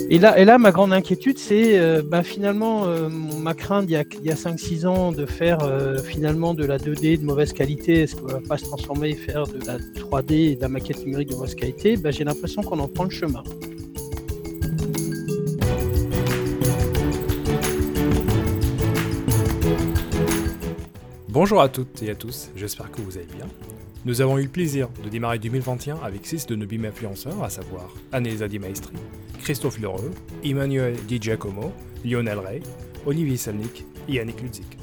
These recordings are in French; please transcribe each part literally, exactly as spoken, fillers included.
Et là, et là, ma grande inquiétude, c'est euh, bah, finalement euh, ma crainte il y a, il y a cinq six ans de faire euh, finalement de la deux D de mauvaise qualité, est-ce qu'on ne va pas se transformer et faire de la trois D et de la maquette numérique de mauvaise qualité, bah, j'ai l'impression qu'on en prend le chemin. Bonjour à toutes et à tous, j'espère que vous allez bien. Nous avons eu le plaisir de démarrer deux mille vingt et un avec six de nos B I M influenceurs, à savoir Annelisa Di Maestri, Christophe Lheureux, Emmanuel Di Giacomo, Lionel Rey, Olivier Salnik et Yannick Ludzik.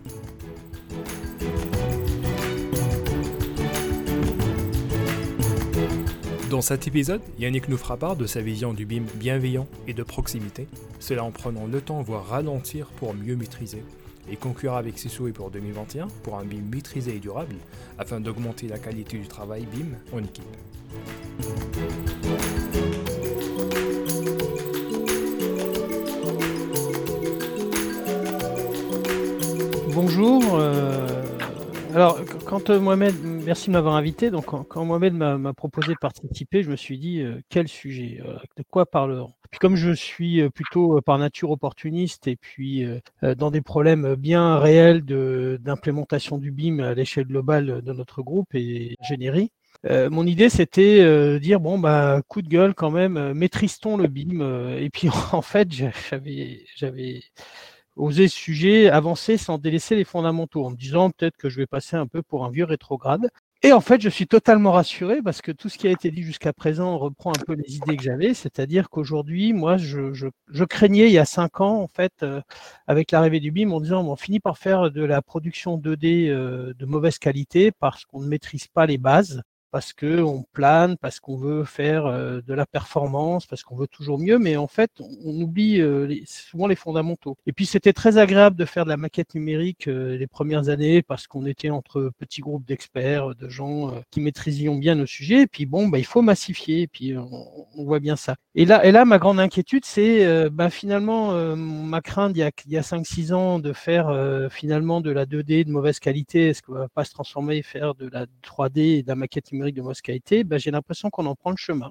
Dans cet épisode, Yannick nous fera part de sa vision du B I M bienveillant et de proximité, cela en prenant le temps voire ralentir pour mieux maîtriser, et conclura avec ses souhaits pour deux mille vingt et un pour un B I M maîtrisé et durable, afin d'augmenter la qualité du travail B I M en équipe. Bonjour. Euh, alors, quand euh, Mohamed, merci de m'avoir invité. Donc, quand, quand Mohamed m'a, m'a proposé de participer, je me suis dit euh, quel sujet, euh, de quoi parlerons. Puis, comme je suis euh, plutôt euh, par nature opportuniste et puis euh, euh, dans des problèmes bien réels de, d'implémentation du B I M à l'échelle globale de notre groupe et ingénierie. Euh, mon idée, c'était de euh, dire, bon, bah, coup de gueule quand même, euh, maîtrise-t-on le B I M euh, Et puis, en fait, j'avais, j'avais osé ce sujet, avancer sans délaisser les fondamentaux, en me disant peut-être que je vais passer un peu pour un vieux rétrograde. Et en fait, je suis totalement rassuré parce que tout ce qui a été dit jusqu'à présent reprend un peu les idées que j'avais, c'est-à-dire qu'aujourd'hui, moi, je, je, je craignais il y a cinq ans, en fait, euh, avec l'arrivée du B I M, en disant bon, on finit par faire de la production deux D euh, de mauvaise qualité parce qu'on ne maîtrise pas les bases, parce qu'on plane, parce qu'on veut faire euh, de la performance, parce qu'on veut toujours mieux, mais en fait, on, on oublie euh, les, souvent les fondamentaux. Et puis, c'était très agréable de faire de la maquette numérique euh, les premières années, parce qu'on était entre petits groupes d'experts, de gens euh, qui maîtrisions bien nos sujets, et puis bon, bah, il faut massifier, et puis on, on voit bien ça. Et là, et là, ma grande inquiétude, c'est euh, bah, finalement euh, ma crainte il y a, il y a cinq six ans de faire euh, finalement de la deux D de mauvaise qualité, est-ce qu'on ne va pas se transformer et faire de la trois D et de la maquette numérique de mauvaise qualité, bah, j'ai l'impression qu'on en prend le chemin.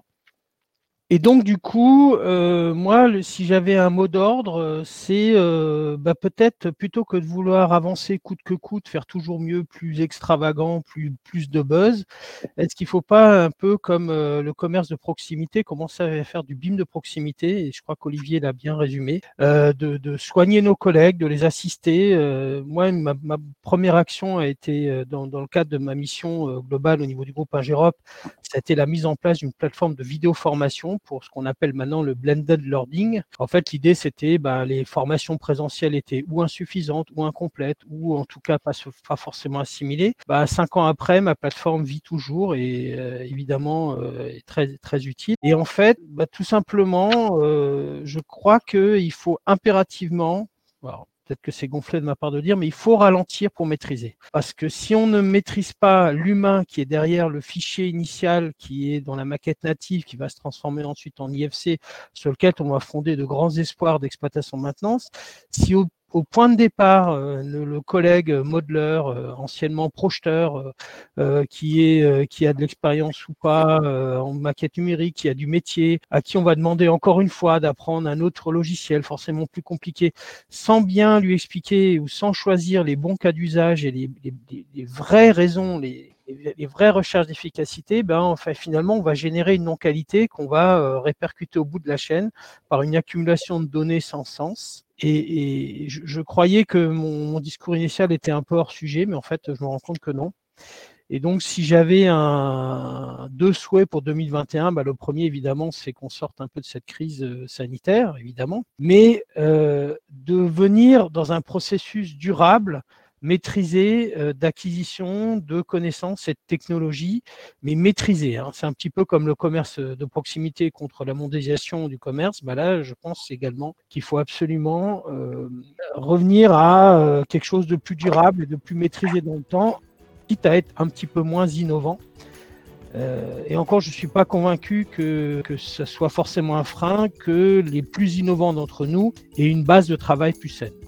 Et donc, du coup, euh, moi, le, si j'avais un mot d'ordre, c'est euh, bah, peut-être plutôt que de vouloir avancer coûte que coûte, faire toujours mieux, plus extravagant, plus, plus de buzz, est-ce qu'il ne faut pas un peu comme euh, le commerce de proximité, commencer à faire du B I M de proximité, et je crois qu'Olivier l'a bien résumé, euh, de, de soigner nos collègues, de les assister. Euh, moi, ma, ma première action a été, euh, dans, dans le cadre de ma mission euh, globale au niveau du groupe Ingérop, ça a été la mise en place d'une plateforme de vidéo-formation pour ce qu'on appelle maintenant le blended learning. En fait, l'idée, c'était ben, les formations présentielles étaient ou insuffisantes, ou incomplètes, ou en tout cas pas, pas forcément assimilées. Ben, cinq ans après, ma plateforme vit toujours et euh, évidemment euh, est très, très utile. Et en fait, ben, tout simplement, euh, je crois qu'il faut impérativement... Alors, peut-être que c'est gonflé de ma part de dire, mais il faut ralentir pour maîtriser. Parce que si on ne maîtrise pas l'humain qui est derrière le fichier initial, qui est dans la maquette native, qui va se transformer ensuite en I F C, sur lequel on va fonder de grands espoirs d'exploitation maintenance, si au Au point de départ, euh, le, le collègue modeler, euh, anciennement projeteur, euh, euh, qui, est, euh, qui a de l'expérience ou pas euh, en maquette numérique, qui a du métier, à qui on va demander encore une fois d'apprendre un autre logiciel forcément plus compliqué, sans bien lui expliquer ou sans choisir les bons cas d'usage et les, les, les vraies raisons, les, les vraies recherches d'efficacité, ben, enfin, finalement, on va générer une non-qualité qu'on va euh, répercuter au bout de la chaîne par une accumulation de données sans sens. Et, et je, je croyais que mon, mon discours initial était un peu hors sujet, mais en fait, je me rends compte que non. Et donc, si j'avais un, deux souhaits pour deux mille vingt et un, bah, le premier, évidemment, c'est qu'on sorte un peu de cette crise sanitaire, évidemment, mais euh, de venir dans un processus durable, maîtrisé euh, d'acquisition de connaissances et de technologies, mais maîtrisé. Hein. C'est un petit peu comme le commerce de proximité contre la mondialisation du commerce. Bah là, je pense également qu'il faut absolument euh, revenir à euh, quelque chose de plus durable et de plus maîtrisé dans le temps, quitte à être un petit peu moins innovant. Euh, et encore, je ne suis pas convaincu que, que ce soit forcément un frein, que les plus innovants d'entre nous aient une base de travail plus saine.